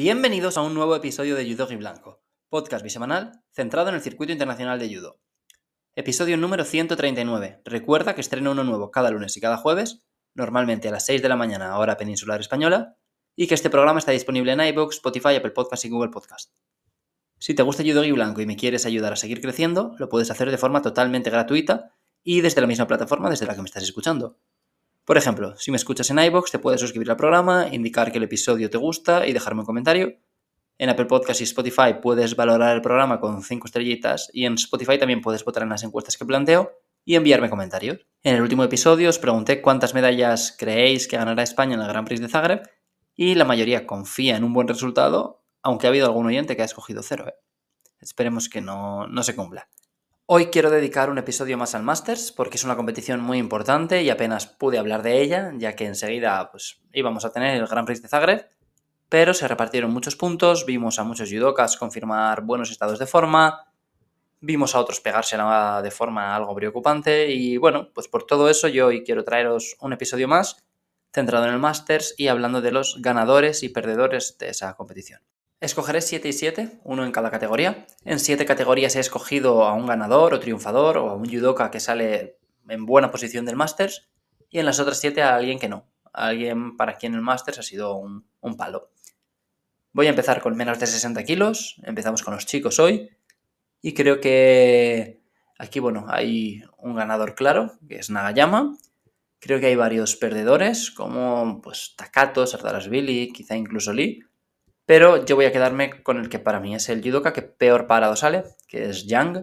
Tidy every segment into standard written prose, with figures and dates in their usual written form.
Bienvenidos a un nuevo episodio de Judogi Blanco, podcast bisemanal centrado en el circuito internacional de judo. Episodio número 139. Recuerda que estreno uno nuevo cada lunes y cada jueves, normalmente a las 6 de la mañana, hora peninsular española, y que este programa está disponible en iVoox, Spotify, Apple Podcast y Google Podcast. Si te gusta Judogi Blanco y me quieres ayudar a seguir creciendo, lo puedes hacer de forma totalmente gratuita y desde la misma plataforma desde la que me estás escuchando. Por ejemplo, si me escuchas en iVoox, te puedes suscribir al programa, indicar que el episodio te gusta y dejarme un comentario. En Apple Podcast y Spotify puedes valorar el programa con 5 estrellitas y en Spotify también puedes votar en las encuestas que planteo y enviarme comentarios. En el último episodio os pregunté cuántas medallas creéis que ganará España en el Grand Prix de Zagreb y la mayoría confía en un buen resultado, aunque ha habido algún oyente que ha escogido 0. Esperemos que no se cumpla. Hoy quiero dedicar un episodio más al Masters porque es una competición muy importante y apenas pude hablar de ella, ya que enseguida íbamos a tener el Grand Prix de Zagreb, pero se repartieron muchos puntos, vimos a muchos judokas confirmar buenos estados de forma, vimos a otros pegársela de forma algo preocupante y bueno, pues por todo eso yo hoy quiero traeros un episodio más centrado en el Masters y hablando de los ganadores y perdedores de esa competición. Escogeré 7 y 7, uno en cada categoría. En 7 categorías he escogido a un ganador o triunfador o a un judoka que sale en buena posición del Masters y en las otras 7 a alguien que no, a alguien para quien el Masters ha sido un palo. Voy a empezar con menos de 60 kilos, empezamos con los chicos hoy y creo que aquí hay un ganador claro, que es Nagayama. Creo que hay varios perdedores como Takato, Sardarashvili, quizá incluso Lee. Pero yo voy a quedarme con el que para mí es el judoka que peor parado sale, que es Yang.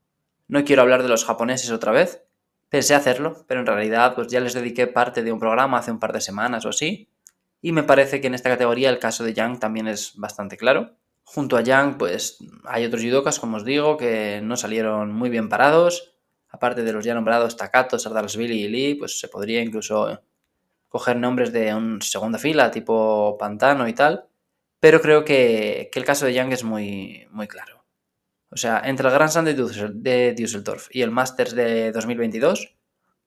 No quiero hablar de los japoneses otra vez. Pensé hacerlo, pero en realidad ya les dediqué parte de un programa hace un par de semanas o así. Y me parece que en esta categoría el caso de Yang también es bastante claro. Junto a Yang, hay otros judokas, como os digo, que no salieron muy bien parados. Aparte de los ya nombrados Takato, Sardarashvili y Lee, se podría incluso coger nombres de un segunda fila, tipo Pantano y tal. Pero creo que el caso de Yang es muy, muy claro. O sea, entre el Grand Slam de Düsseldorf y el Masters de 2022,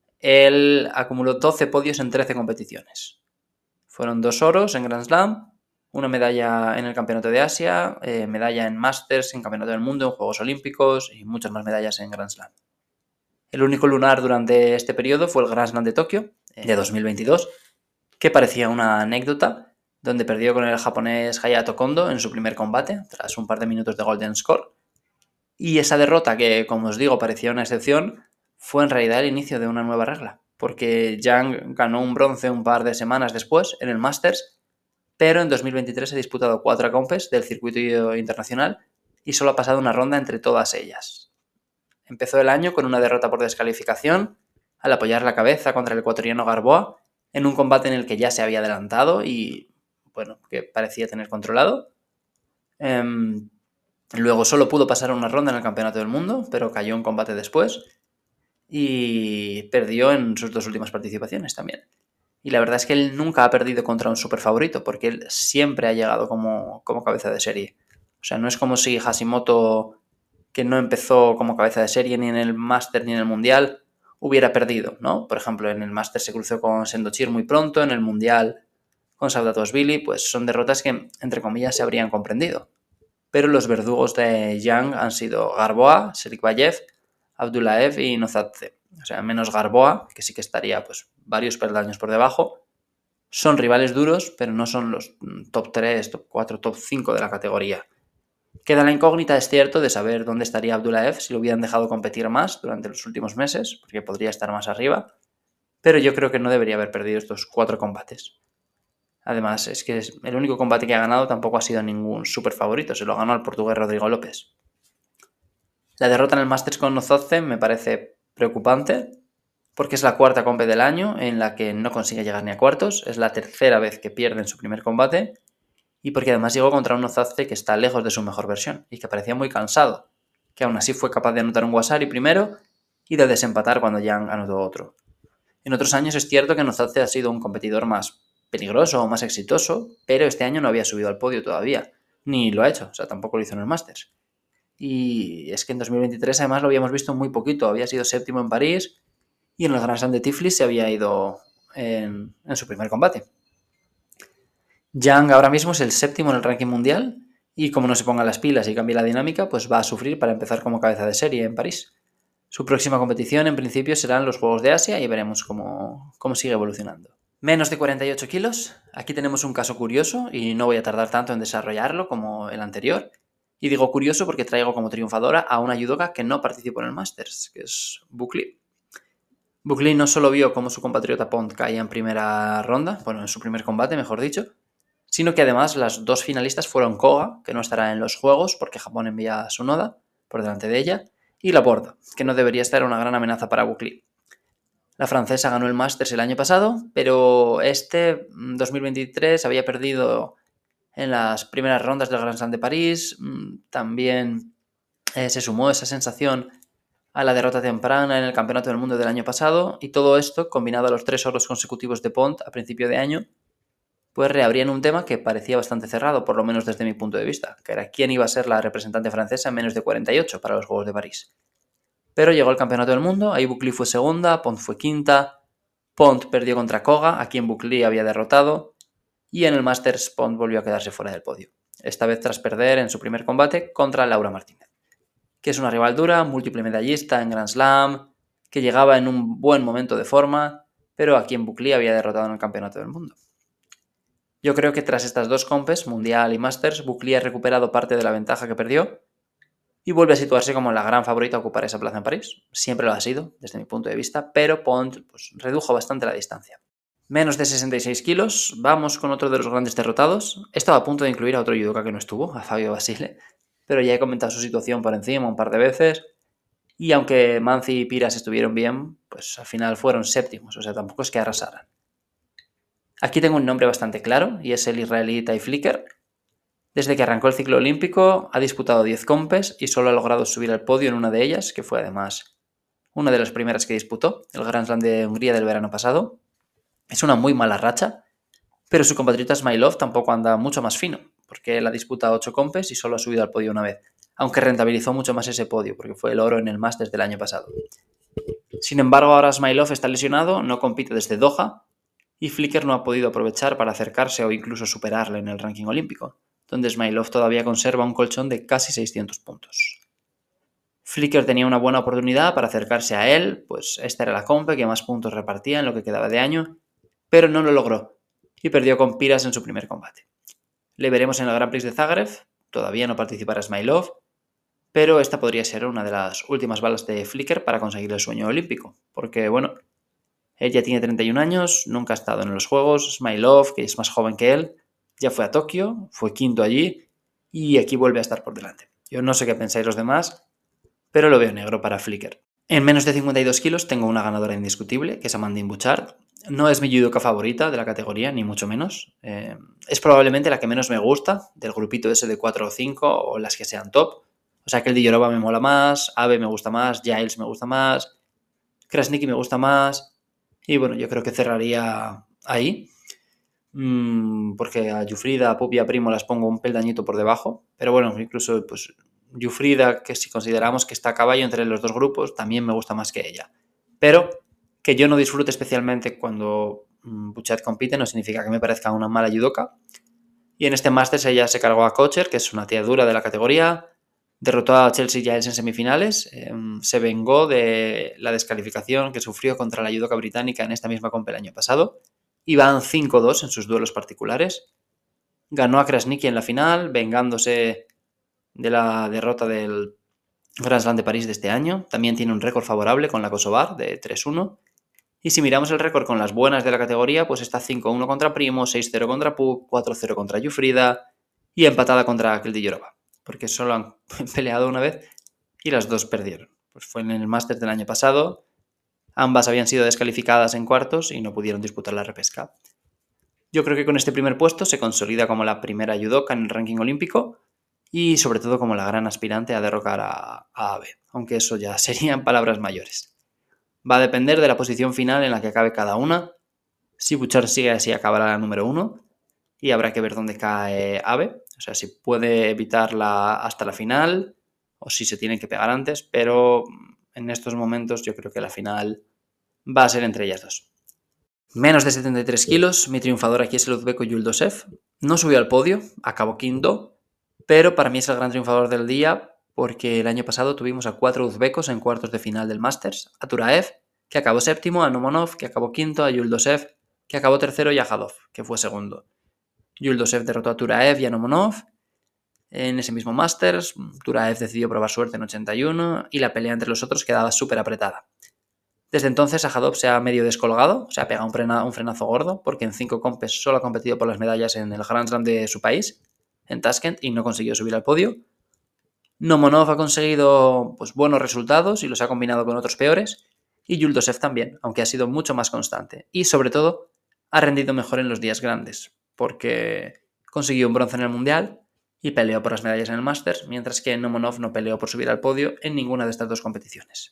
él acumuló 12 podios en 13 competiciones. Fueron 2 oros en Grand Slam, una medalla en el Campeonato de Asia, medalla en Masters, en Campeonato del Mundo, en Juegos Olímpicos y muchas más medallas en Grand Slam. El único lunar durante este periodo fue el Grand Slam de Tokio, de 2022, que parecía una anécdota, donde perdió con el japonés Hayato Kondo en su primer combate, tras un par de minutos de golden score. Y esa derrota, que como os digo parecía una excepción, fue en realidad el inicio de una nueva regla, porque Yang ganó un bronce un par de semanas después en el Masters, pero en 2023 ha disputado 4 compes del circuito internacional y solo ha pasado una ronda entre todas ellas. Empezó el año con una derrota por descalificación al apoyar la cabeza contra el ecuatoriano Garboa en un combate en el que ya se había adelantado y que parecía tener controlado. Luego solo pudo pasar una ronda en el Campeonato del Mundo, pero cayó en combate después y perdió en sus 2 últimas participaciones también. Y la verdad es que él nunca ha perdido contra un super favorito, porque él siempre ha llegado como cabeza de serie. O sea, no es como si Hashimoto, que no empezó como cabeza de serie ni en el Master ni en el Mundial, hubiera perdido, ¿no? Por ejemplo, en el Master se cruzó con Sendochir muy pronto, en el Mundial con Saudatosvili, son derrotas que, entre comillas, se habrían comprendido. Pero los verdugos de Yang han sido Garboa, Serikbayev, Abdulaev y Nozadze. O sea, menos Garboa, que sí que estaría varios peldaños por debajo. Son rivales duros, pero no son los top 3, top 4, top 5 de la categoría. Queda la incógnita, es cierto, de saber dónde estaría Abdulaev si lo hubieran dejado competir más durante los últimos meses, porque podría estar más arriba. Pero yo creo que no debería haber perdido estos 4 combates. Además, es que el único combate que ha ganado tampoco ha sido ningún super favorito, se lo ganó al portugués Rodrigo López. La derrota en el Masters con Nozadze me parece preocupante, porque es la 4ª compe del año en la que no consigue llegar ni a cuartos, es la 3ª vez que pierde en su primer combate, y porque además llegó contra un Nozadze que está lejos de su mejor versión y que parecía muy cansado, que aún así fue capaz de anotar un Wasari primero y de desempatar cuando Yang anotó otro. En otros años es cierto que Nozadze ha sido un competidor más peligroso o más exitoso, pero este año no había subido al podio todavía, ni lo ha hecho, o sea, tampoco lo hizo en el Masters. Y es que en 2023 además lo habíamos visto muy poquito, había sido 7º en París y en el Grand Slam de Tiflis se había ido en su primer combate. Yang ahora mismo es el séptimo en el ranking mundial y como no se ponga las pilas y cambie la dinámica, pues va a sufrir para empezar como cabeza de serie en París. Su próxima competición en principio serán los Juegos de Asia y veremos cómo sigue evolucionando. Menos de 48 kilos. Aquí tenemos un caso curioso y no voy a tardar tanto en desarrollarlo como el anterior. Y digo curioso porque traigo como triunfadora a una judoka que no participó en el Masters, que es Buck Lee. Buck Lee no solo vio cómo su compatriota Pont caía en primera ronda, bueno, en su primer combate, mejor dicho, sino que además las dos finalistas fueron Koga, que no estará en los Juegos porque Japón envía a Tsunoda por delante de ella, y Laporta, que no debería estar una gran amenaza para Buck Lee. La francesa ganó el Masters el año pasado, pero este 2023 había perdido en las primeras rondas del Grand Slam de París. También se sumó esa sensación a la derrota temprana en el Campeonato del Mundo del año pasado, y todo esto, combinado a los 3 oros consecutivos de Pont a principio de año, pues reabrían un tema que parecía bastante cerrado, por lo menos desde mi punto de vista, que era quién iba a ser la representante francesa en menos de 48 para los Juegos de París. Pero llegó el Campeonato del Mundo, ahí Buck Lee fue segunda, Pont fue quinta, Pont perdió contra Koga, a quien Buck Lee había derrotado, y en el Masters Pont volvió a quedarse fuera del podio, esta vez tras perder en su primer combate contra Laura Martínez, que es una rival dura, múltiple medallista en Grand Slam, que llegaba en un buen momento de forma, pero a quien Buck Lee había derrotado en el Campeonato del Mundo. Yo creo que tras estas dos compes, Mundial y Masters, Buck Lee ha recuperado parte de la ventaja que perdió y vuelve a situarse como la gran favorita a ocupar esa plaza en París. Siempre lo ha sido, desde mi punto de vista, pero Pont pues, redujo bastante la distancia. Menos de 66 kilos, vamos con otro de los grandes derrotados. Estaba a punto de incluir a otro judoka que no estuvo, a Fabio Basile, pero ya he comentado su situación por encima un par de veces, y aunque Manzi y Piras estuvieron bien, pues al final fueron séptimos, o sea, tampoco es que arrasaran. Aquí tengo un nombre bastante claro, y es el israelí Tai Flicker. Desde que arrancó el ciclo olímpico ha disputado 10 compes y solo ha logrado subir al podio en una de ellas, que fue además una de las primeras que disputó, el Grand Slam de Hungría del verano pasado. Es una muy mala racha, pero su compatriota Smailov tampoco anda mucho más fino, porque él ha disputado 8 compes y solo ha subido al podio una vez, aunque rentabilizó mucho más ese podio, porque fue el oro en el Masters del año pasado. Sin embargo, ahora Smailov está lesionado, no compite desde Doha, y Flicker no ha podido aprovechar para acercarse o incluso superarle en el ranking olímpico, donde Smailov todavía conserva un colchón de casi 600 puntos. Flicker tenía una buena oportunidad para acercarse a él, pues esta era la compe que más puntos repartía en lo que quedaba de año, pero no lo logró y perdió con Piras en su primer combate. Le veremos en el Grand Prix de Zagreb, todavía no participará Smailov, pero esta podría ser una de las últimas balas de Flicker para conseguir el sueño olímpico, porque bueno, él ya tiene 31 años, nunca ha estado en los Juegos, Smailov, que es más joven que él, ya fue a Tokio, fue quinto allí y aquí vuelve a estar por delante. Yo no sé qué pensáis los demás, pero lo veo negro para Flicker. En menos de 52 kilos tengo una ganadora indiscutible, que es Amandine Bouchard. No es mi judoka favorita de la categoría, ni mucho menos. Es probablemente la que menos me gusta del grupito ese de 4 o 5 o las que sean top. O sea que el de Yorova me mola más, Abe me gusta más, Giles me gusta más, Krasniki me gusta más. Y bueno, yo creo que cerraría ahí. Porque a Giuffrida, a Pup y a Primo las pongo un peldañito por debajo. Pero bueno, incluso pues Giuffrida, que si consideramos que está a caballo entre los dos grupos, también me gusta más que ella. Pero que yo no disfrute especialmente cuando Bouchard compite no significa que me parezca una mala judoka. Y en este Masters ella se cargó a Kocher, que es una tía dura de la categoría, derrotó a Chelsea Giles en semifinales, se vengó de la descalificación que sufrió contra la judoka británica en esta misma comp el año pasado, y van 5-2 en sus duelos particulares. Ganó a Krasniki en la final, vengándose de la derrota del Grand Slam de París de este año. También tiene un récord favorable con la Kosovar de 3-1. Y si miramos el récord con las buenas de la categoría, pues está 5-1 contra Primo, 6-0 contra Pup, 4-0 contra Giuffrida y empatada contra Keldi-Yorova, porque solo han peleado una vez y las dos perdieron. Pues fue en el Masters del año pasado. Ambas habían sido descalificadas en cuartos y no pudieron disputar la repesca. Yo creo que con este primer puesto se consolida como la primera judoka en el ranking olímpico y sobre todo como la gran aspirante a derrocar a Abe, aunque eso ya serían palabras mayores. Va a depender de la posición final en la que acabe cada una. Si Bouchard sigue así, acabará la número 1 y habrá que ver dónde cae Abe, o sea, si puede evitarla hasta la final o si se tienen que pegar antes, pero en estos momentos yo creo que la final va a ser entre ellas dos. Menos de 73 kilos, mi triunfador aquí es el uzbeko Yuldosev. No subió al podio, acabó quinto, pero para mí es el gran triunfador del día porque el año pasado tuvimos a 4 uzbecos en cuartos de final del Masters, a Turaev, que acabó séptimo, a Nomonov, que acabó quinto, a Yuldosev, que acabó tercero, y a Jadov, que fue segundo. Yuldosev derrotó a Turaev y a Nomonov en ese mismo Masters. Turaev decidió probar suerte en 81 y la pelea entre los otros quedaba súper apretada. Desde entonces Sajadov se ha medio descolgado, se ha pegado un frenazo gordo, porque en 5 compes solo ha competido por las medallas en el Grand Slam de su país, en Tashkent, y no consiguió subir al podio. Nomonov ha conseguido pues, buenos resultados y los ha combinado con otros peores, y Yuldosev también, aunque ha sido mucho más constante. Y sobre todo, ha rendido mejor en los días grandes, porque consiguió un bronce en el Mundial y peleó por las medallas en el Masters, mientras que Nomonov no peleó por subir al podio en ninguna de estas dos competiciones.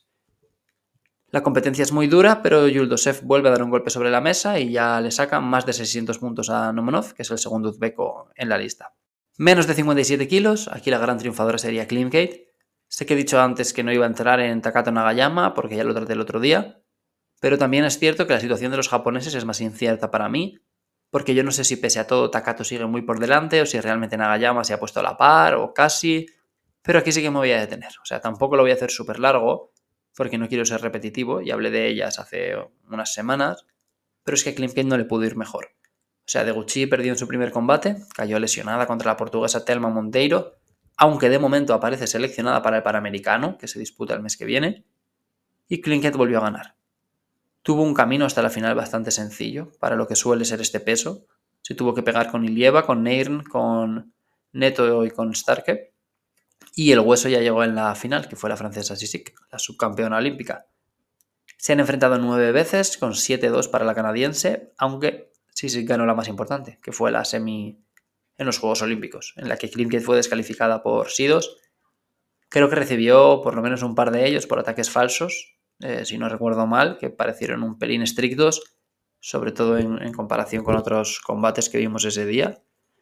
La competencia es muy dura, pero Yuldosev vuelve a dar un golpe sobre la mesa y ya le saca más de 600 puntos a Nomonov, que es el segundo uzbeco en la lista. Menos de 57 kilos, aquí la gran triunfadora sería Klimkate. Sé que he dicho antes que no iba a entrar en Takato Nagayama, porque ya lo traté el otro día, pero también es cierto que la situación de los japoneses es más incierta para mí, porque yo no sé si pese a todo Takato sigue muy por delante o si realmente Nagayama se ha puesto a la par o casi, pero aquí sí que me voy a detener. O sea, tampoco lo voy a hacer súper largo, porque no quiero ser repetitivo, y hablé de ellas hace unas semanas, pero es que a Klimkate no le pudo ir mejor. O sea, Deguchi perdió en su primer combate, cayó lesionada contra la portuguesa Telma Monteiro, aunque de momento aparece seleccionada para el Panamericano, que se disputa el mes que viene, y Klimkate volvió a ganar. Tuvo un camino hasta la final bastante sencillo, para lo que suele ser este peso. Se tuvo que pegar con Ilieva, con Neirn, con Neto y con Starke, y el hueso ya llegó en la final, que fue la francesa Sisik, la subcampeona olímpica. Se han enfrentado 9 veces, con 7-2 para la canadiense, aunque Sisik ganó la más importante, que fue la semi en los Juegos Olímpicos, en la que Klimkate fue descalificada por Sidos. Creo que recibió por lo menos un par de ellos por ataques falsos, si no recuerdo mal, que parecieron un pelín estrictos, sobre todo en comparación con otros combates que vimos ese día.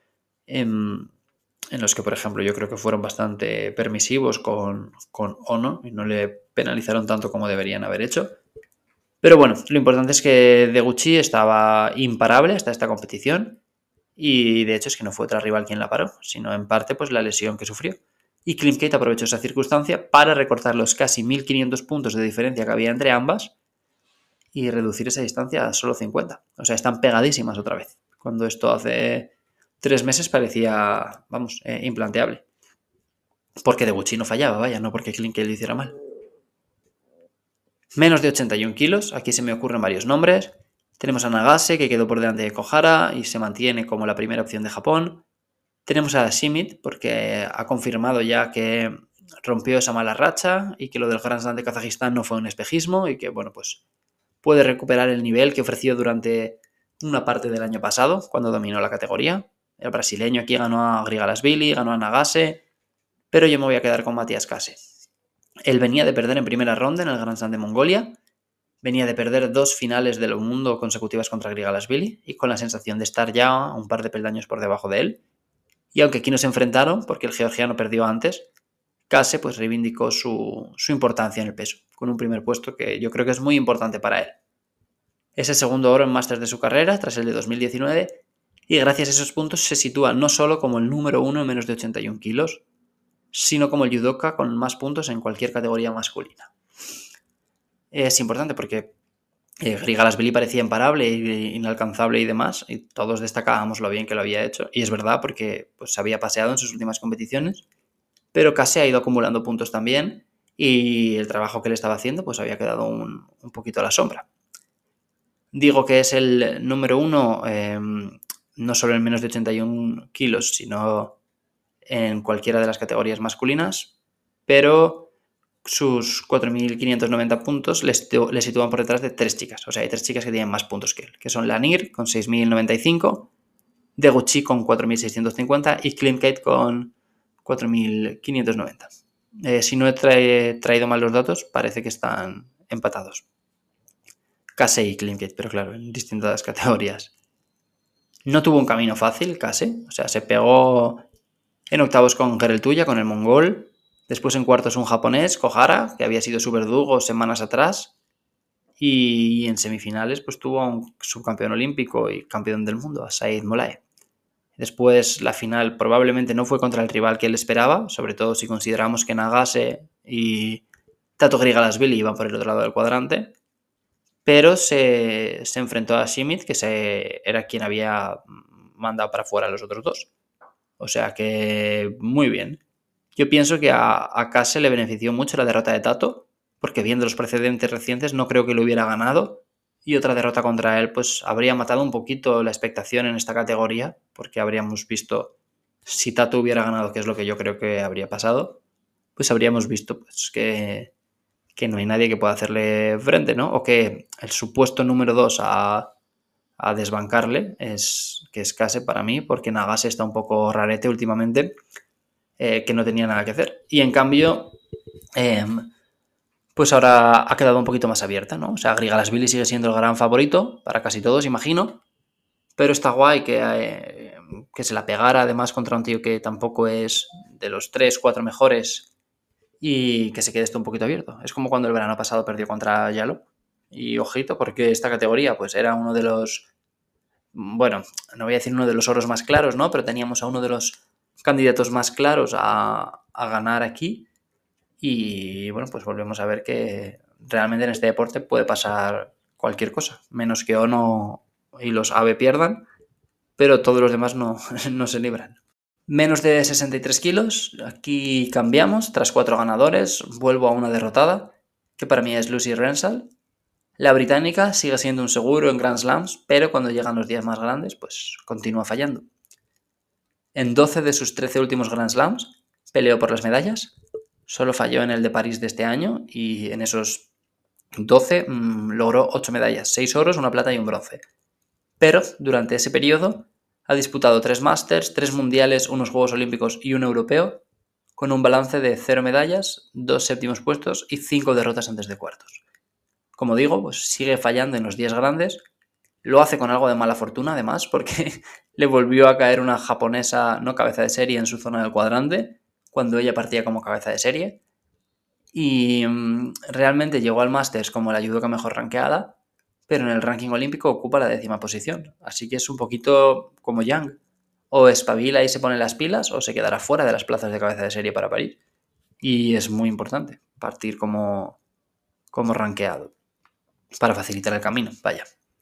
En los que, por ejemplo, yo creo que fueron bastante permisivos con Ono y no le penalizaron tanto como deberían haber hecho. Pero bueno, lo importante es que Deguchi estaba imparable hasta esta competición y de hecho es que no fue otra rival quien la paró, sino en parte pues la lesión que sufrió. Y Klimkate aprovechó esa circunstancia para recortar los casi 1500 puntos de diferencia que había entre ambas y reducir esa distancia a solo 50. O sea, están pegadísimas otra vez, cuando esto hace 3 meses parecía, vamos, implanteable. Porque Deguchi no fallaba, vaya, no porque Klimkate lo hiciera mal. Menos de 81 kilos, aquí se me ocurren varios nombres. Tenemos a Nagase, que quedó por delante de Kohara y se mantiene como la primera opción de Japón. Tenemos a Shimit, porque ha confirmado ya que rompió esa mala racha y que lo del Grand Slam de Kazajistán no fue un espejismo y que, bueno, pues puede recuperar el nivel que ofreció durante una parte del año pasado, cuando dominó la categoría. El brasileño aquí ganó a Grigalasvili, ganó a Nagase, pero yo me voy a quedar con Matías Kase. Él venía de perder en primera ronda en el Grand Slam de Mongolia, venía de perder 2 finales del mundo consecutivas contra Grigalasvili y con la sensación de estar ya un par de peldaños por debajo de él. Y aunque aquí no se enfrentaron, porque el georgiano perdió antes, Kase pues reivindicó su importancia en el peso, con un primer puesto que yo creo que es muy importante para él. Es el segundo oro en Masters de su carrera, tras el de 2019, y gracias a esos puntos se sitúa no solo como el número 1 en menos de 81 kilos, sino como el judoka con más puntos en cualquier categoría masculina. Es importante porque Grigalasvili parecía imparable, inalcanzable y demás, y todos destacábamos lo bien que lo había hecho, y es verdad porque pues, se había paseado en sus últimas competiciones, pero Kase ha ido acumulando puntos también y el trabajo que le estaba haciendo pues había quedado un poquito a la sombra. Digo que es el número 1 no solo en menos de 81 kilos, sino en cualquiera de las categorías masculinas, pero sus 4.590 puntos le sitúan por detrás de 3 chicas. O sea, hay 3 chicas que tienen más puntos que él, que son Lanir con 6.095, Deguchi con 4.650 y Klimkate con 4.590. Si no he traído mal los datos, parece que están empatados. Kase y Klimkate, pero claro, en distintas categorías. No tuvo un camino fácil, Kase. O sea, se pegó en octavos con Gereltuya, con el mongol. Después en cuartos un japonés, Kohara, que había sido su verdugo semanas atrás. Y en semifinales pues tuvo a un subcampeón olímpico y campeón del mundo, a Said Molae. Después la final probablemente no fue contra el rival que él esperaba, sobre todo si consideramos que Nagase y Tato Grigalasvili iban por el otro lado del cuadrante, pero se enfrentó a Simic, que era quien había mandado para fuera a los otros dos. O sea que muy bien. Yo pienso que a Kase le benefició mucho la derrota de Tato, porque viendo los precedentes recientes no creo que lo hubiera ganado, y otra derrota contra él pues habría matado un poquito la expectación en esta categoría, porque habríamos visto, si Tato hubiera ganado, que es lo que yo creo que habría pasado, pues habríamos visto pues, que no hay nadie que pueda hacerle frente, ¿no? O que el supuesto número 2 a desbancarle que es Kase para mí, porque Nagase está un poco rarete últimamente, que no tenía nada que hacer. Y en cambio, pues ahora ha quedado un poquito más abierta, ¿no? O sea, Grigalasvili sigue siendo el gran favorito para casi todos, imagino, pero está guay que se la pegara además contra un tío que tampoco es de los 3-4 mejores y que se quede esto un poquito abierto. Es como cuando el verano pasado perdió contra Yalo. Y ojito, porque esta categoría pues era uno de los, bueno, no voy a decir uno de los oros más claros, ¿no? Pero teníamos a uno de los candidatos más claros a ganar aquí. Y bueno, pues volvemos a ver que realmente en este deporte puede pasar cualquier cosa, menos que Ono y los AVE pierdan, pero todos los demás no, no se libran. Menos de 63 kilos, aquí cambiamos, tras 4 ganadores, vuelvo a una derrotada, que para mí es Lucy Renshaw. La británica sigue siendo un seguro en Grand Slams, pero cuando llegan los días más grandes, pues continúa fallando. En 12 de sus 13 últimos Grand Slams peleó por las medallas, solo falló en el de París de este año y en esos 12 logró 8 medallas, 6 oros, una plata y un bronce. Pero durante ese periodo ha disputado 3 Masters, 3 mundiales, unos Juegos Olímpicos y un europeo, con un balance de 0 medallas, 2 séptimos puestos y 5 derrotas antes de cuartos. Como digo, pues sigue fallando en los días grandes, lo hace con algo de mala fortuna además, porque le volvió a caer una japonesa no cabeza de serie en su zona del cuadrante, cuando ella partía como cabeza de serie, y realmente llegó al Masters como la judoka mejor rankeada, pero en el ranking olímpico ocupa la 10ª posición. Así que es un poquito como Yang. O espabila y se pone las pilas, o se quedará fuera de las plazas de cabeza de serie para París. Y es muy importante partir como rankeado, para facilitar el camino, vaya.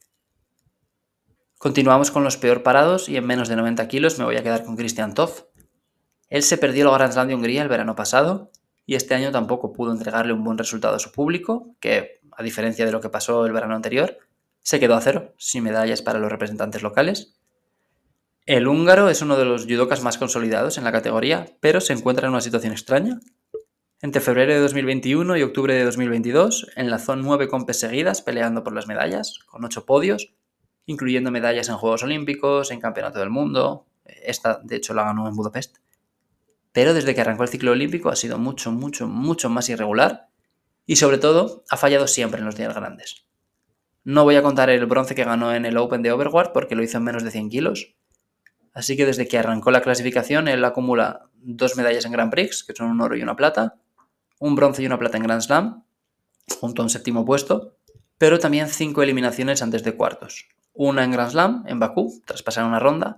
Continuamos con los peor parados y en menos de 90 kilos me voy a quedar con Christian Toth. Él se perdió el Grand Slam de Hungría el verano pasado y este año tampoco pudo entregarle un buen resultado a su público, que, a diferencia de lo que pasó el verano anterior, se quedó a 0, sin medallas para los representantes locales. El húngaro es uno de los judokas más consolidados en la categoría, pero se encuentra en una situación extraña. Entre febrero de 2021 y octubre de 2022 enlazó 9 compes seguidas peleando por las medallas, con 8 podios, incluyendo medallas en Juegos Olímpicos, en Campeonato del Mundo. Esta, de hecho, la ganó en Budapest. Pero desde que arrancó el ciclo olímpico ha sido mucho más irregular y sobre todo ha fallado siempre en los días grandes. No voy a contar el bronce que ganó en el Open de Overwatch porque lo hizo en menos de 100 kilos, así que desde que arrancó la clasificación él acumula 2 medallas en Grand Prix, que son un oro y una plata, un bronce y una plata en Grand Slam, junto a un 7º puesto, pero también 5 eliminaciones antes de cuartos. Una en Grand Slam, en Bakú, tras pasar una ronda,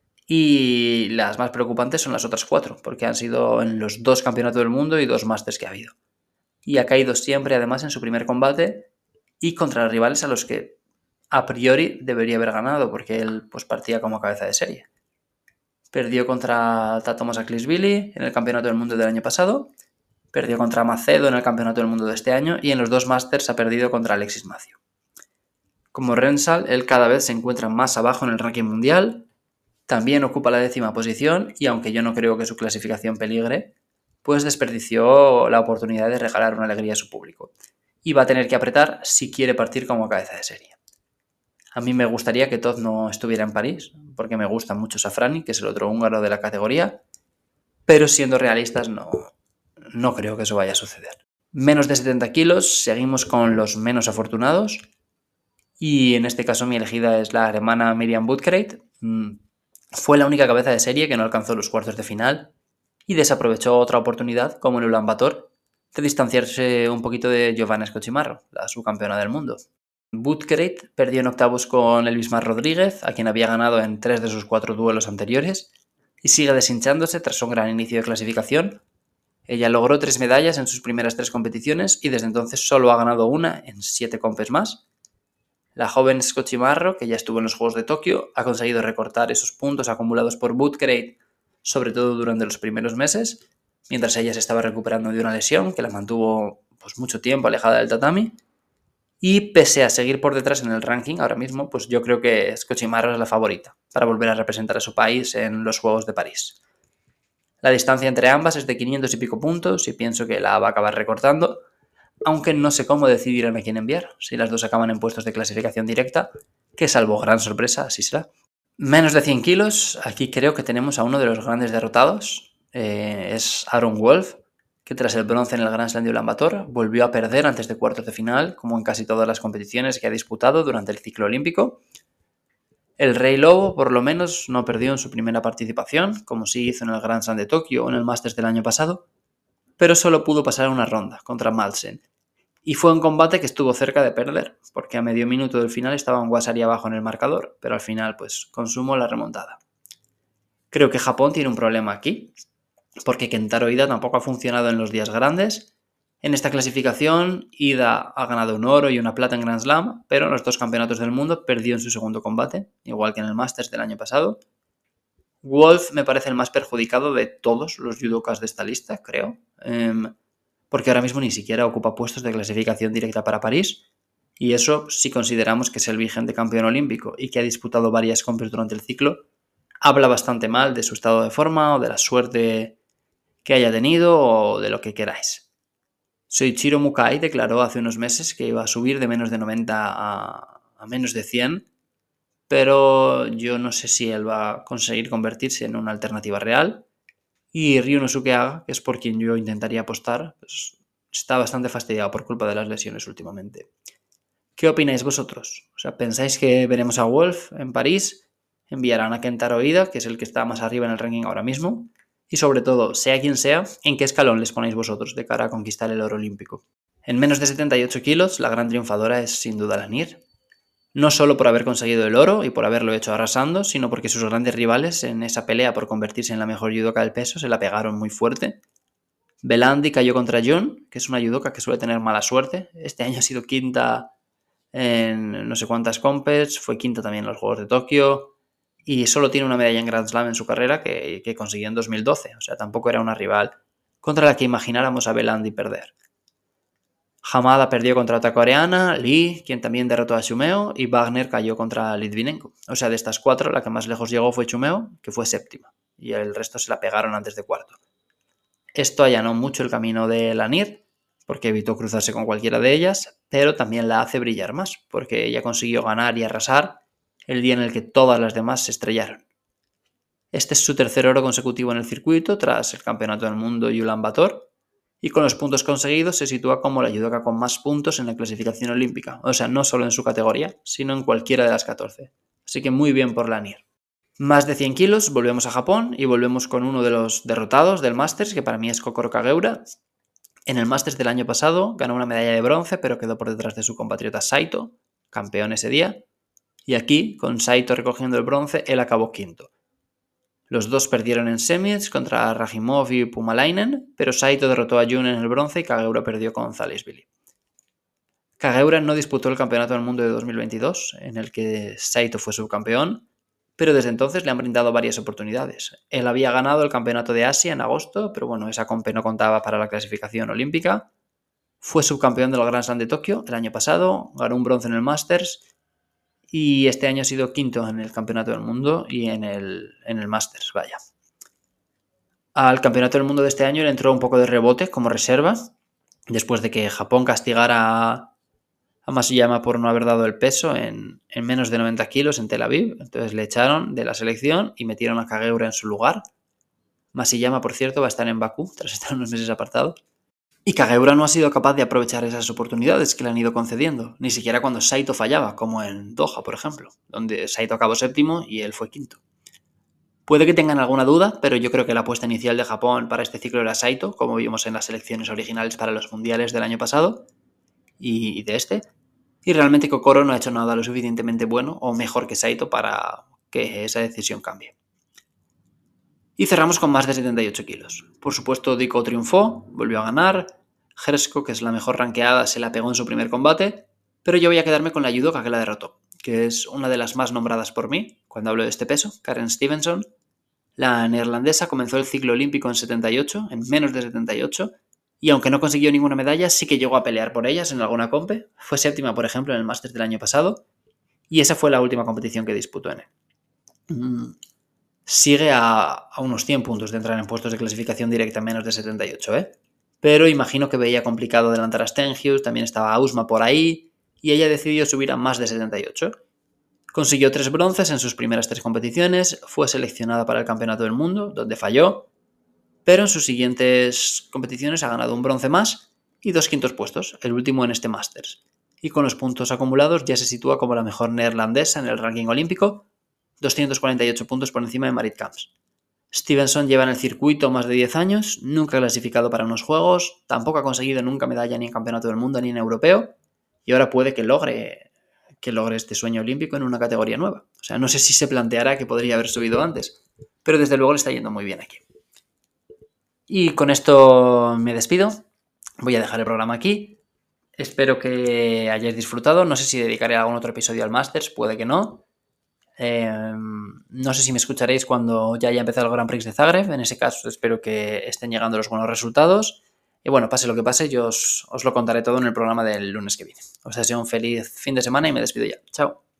y las más preocupantes son las otras 4, porque han sido en los 2 campeonatos del mundo y 2 Masters que ha habido. Y ha caído siempre, además, en su primer combate y contra rivales a los que a priori debería haber ganado, porque él pues partía como cabeza de serie. Perdió contra Tato Masakishvili en el campeonato del mundo del año pasado, perdió contra Macedo en el campeonato del mundo de este año y en los 2 Masters ha perdido contra Alexis Matthew. Como Renshaw, él cada vez se encuentra más abajo en el ranking mundial. También ocupa la 10ª posición y aunque yo no creo que su clasificación peligre, pues desperdició la oportunidad de regalar una alegría a su público. Y va a tener que apretar si quiere partir como cabeza de serie. A mí me gustaría que Toth no estuviera en París, porque me gusta mucho Safrani, que es el otro húngaro de la categoría, pero siendo realistas no creo que eso vaya a suceder. Menos de 70 kilos, seguimos con los menos afortunados y en este caso mi elegida es la alemana Miriam Butkreit. Fue la única cabeza de serie que no alcanzó los cuartos de final y desaprovechó otra oportunidad, como en Ulan Bator, de distanciarse un poquito de Giovanna Scocchimarro, la subcampeona del mundo. Boutgret perdió en octavos con el Bismar Rodríguez, a quien había ganado en 3 de sus 4 duelos anteriores, y sigue deshinchándose tras un gran inicio de clasificación. Ella logró 3 medallas en sus primeras 3 competiciones y desde entonces solo ha ganado una en 7 compes más. La joven Scotchimarro, que ya estuvo en los Juegos de Tokio, ha conseguido recortar esos puntos acumulados por Boutgret, sobre todo durante los primeros meses, mientras ella se estaba recuperando de una lesión que la mantuvo mucho tiempo alejada del tatami. Y pese a seguir por detrás en el ranking ahora mismo, pues yo creo que Scotchimarro es la favorita para volver a representar a su país en los Juegos de París. La distancia entre ambas es de 500 y pico puntos y pienso que la va a acabar recortando, aunque no sé cómo decidirán a quién enviar, si las dos acaban en puestos de clasificación directa, que salvo gran sorpresa, así será. Menos de 100 kilos, aquí creo que tenemos a uno de los grandes derrotados, es Aaron Wolf, que tras el bronce en el Grand Slam de Ulan Bator volvió a perder antes de cuartos de final, como en casi todas las competiciones que ha disputado durante el ciclo olímpico. El Rey Lobo, por lo menos, no perdió en su primera participación, como sí hizo en el Grand Slam de Tokio o en el Masters del año pasado, pero solo pudo pasar una ronda contra Madsen. Y fue un combate que estuvo cerca de perder, porque a medio minuto del final estaba un Wasari abajo en el marcador, pero al final consumó la remontada. Creo que Japón tiene un problema aquí, porque Kentaro Ida tampoco ha funcionado en los días grandes. En esta clasificación, Ida ha ganado un oro y una plata en Grand Slam, pero en los 2 campeonatos del mundo perdió en su segundo combate, igual que en el Masters del año pasado. Wolf me parece el más perjudicado de todos los judokas de esta lista, creo, porque ahora mismo ni siquiera ocupa puestos de clasificación directa para París, y eso, si consideramos que es el vigente campeón olímpico y que ha disputado varias compes durante el ciclo, habla bastante mal de su estado de forma o de la suerte que haya tenido o de lo que queráis. Soichiro Mukai declaró hace unos meses que iba a subir de menos de 90 a menos de 100, pero yo no sé si él va a conseguir convertirse en una alternativa real. Y Ryunosuke Haga, que es por quien yo intentaría apostar, pues está bastante fastidiado por culpa de las lesiones últimamente. ¿Qué opináis vosotros? O sea, ¿pensáis que veremos a Wolf en París? ¿Enviarán a Kentaro Ida, que es el que está más arriba en el ranking ahora mismo? Y sobre todo, sea quien sea, ¿en qué escalón les ponéis vosotros de cara a conquistar el oro olímpico? En menos de 78 kilos, la gran triunfadora es sin duda la Nir. No solo por haber conseguido el oro y por haberlo hecho arrasando, sino porque sus grandes rivales en esa pelea por convertirse en la mejor judoka del peso se la pegaron muy fuerte. Belandi cayó contra Jun, que es una judoka que suele tener mala suerte. Este año ha sido quinta en no sé cuántas compes, fue quinta también en los Juegos de Tokio y solo tiene una medalla en Grand Slam en su carrera que consiguió en 2012. O sea, tampoco era una rival contra la que imagináramos a Belandi perder. Hamada perdió contra otra coreana, Lee, quien también derrotó a Chumeo, y Wagner cayó contra Litvinenko. O sea, de estas 4, la que más lejos llegó fue Chumeo, que fue séptima, y el resto se la pegaron antes de cuarto. Esto allanó mucho el camino de la Nir, porque evitó cruzarse con cualquiera de ellas, pero también la hace brillar más, porque ella consiguió ganar y arrasar el día en el que todas las demás se estrellaron. Este es su tercer oro consecutivo en el circuito, tras el Campeonato del Mundo y Ulan Bator, y con los puntos conseguidos se sitúa como la judoka con más puntos en la clasificación olímpica, o sea, no solo en su categoría, sino en cualquiera de las 14. Así que muy bien por la Nir. Más de 100 kilos, volvemos a Japón y volvemos con uno de los derrotados del Masters, que para mí es Kokoro Kageura. En el Masters del año pasado ganó una medalla de bronce, pero quedó por detrás de su compatriota Saito, campeón ese día, y aquí, con Saito recogiendo el bronce, él acabó quinto. Los dos perdieron en semis contra Rajimov y Pumalainen, pero Saito derrotó a Jun en el bronce y Kageura perdió con Zalisvili. Kageura no disputó el Campeonato del Mundo de 2022, en el que Saito fue subcampeón, pero desde entonces le han brindado varias oportunidades. Él había ganado el Campeonato de Asia en agosto, pero bueno, esa compe no contaba para la clasificación olímpica. Fue subcampeón del Grand Slam de Tokio el año pasado, ganó un bronce en el Masters y este año ha sido quinto en el Campeonato del Mundo y en el Masters, vaya. Al Campeonato del Mundo de este año le entró un poco de rebote como reserva, después de que Japón castigara a Masuyama por no haber dado el peso en menos de 90 kilos en Tel Aviv. Entonces le echaron de la selección y metieron a Kageura en su lugar. Masuyama, por cierto, va a estar en Bakú tras estar unos meses apartado. Y Kageura no ha sido capaz de aprovechar esas oportunidades que le han ido concediendo, ni siquiera cuando Saito fallaba, como en Doha, por ejemplo, donde Saito acabó séptimo y él fue quinto. Puede que tengan alguna duda, pero yo creo que la apuesta inicial de Japón para este ciclo era Saito, como vimos en las selecciones originales para los mundiales del año pasado y de este. Y realmente Kokoro no ha hecho nada lo suficientemente bueno o mejor que Saito para que esa decisión cambie. Y cerramos con más de 78 kilos. Por supuesto, Diko triunfó, volvió a ganar. Hershko, que es la mejor rankeada, se la pegó en su primer combate. Pero yo voy a quedarme con la judoka que la derrotó, que es una de las más nombradas por mí cuando hablo de este peso, Karen Stevenson. La neerlandesa comenzó el ciclo olímpico en 78, en menos de 78, y aunque no consiguió ninguna medalla, sí que llegó a pelear por ellas en alguna compe. Fue séptima, por ejemplo, en el Masters del año pasado, y esa fue la última competición que disputó en él. Sigue a unos 100 puntos de entrar en puestos de clasificación directa en menos de 78, ¿eh? Pero imagino que veía complicado adelantar a Stenhuis, también estaba Ausma por ahí, y ella decidió subir a más de 78. Consiguió 3 bronces en sus primeras 3 competiciones, fue seleccionada para el Campeonato del Mundo, donde falló, pero en sus siguientes competiciones ha ganado un bronce más y 2 quintos puestos, el último en este Masters. Y con los puntos acumulados ya se sitúa como la mejor neerlandesa en el ranking olímpico, 248 puntos por encima de Marit Camps. Stevenson lleva en el circuito más de 10 años, nunca ha clasificado para unos juegos, tampoco ha conseguido nunca medalla ni en Campeonato del Mundo ni en Europeo, y ahora puede que logre este sueño olímpico en una categoría nueva. O sea, no sé si se planteará que podría haber subido antes, pero desde luego le está yendo muy bien aquí. Y con esto me despido. Voy a dejar el programa aquí. Espero que hayáis disfrutado. No sé si dedicaré algún otro episodio al Masters, puede que no. No sé si me escucharéis cuando ya haya empezado el Grand Prix de Zagreb. En ese caso espero que estén llegando los buenos resultados. Y bueno, pase lo que pase, yo os lo contaré todo en el programa del lunes que viene. Os deseo un feliz fin de semana y me despido ya. Chao.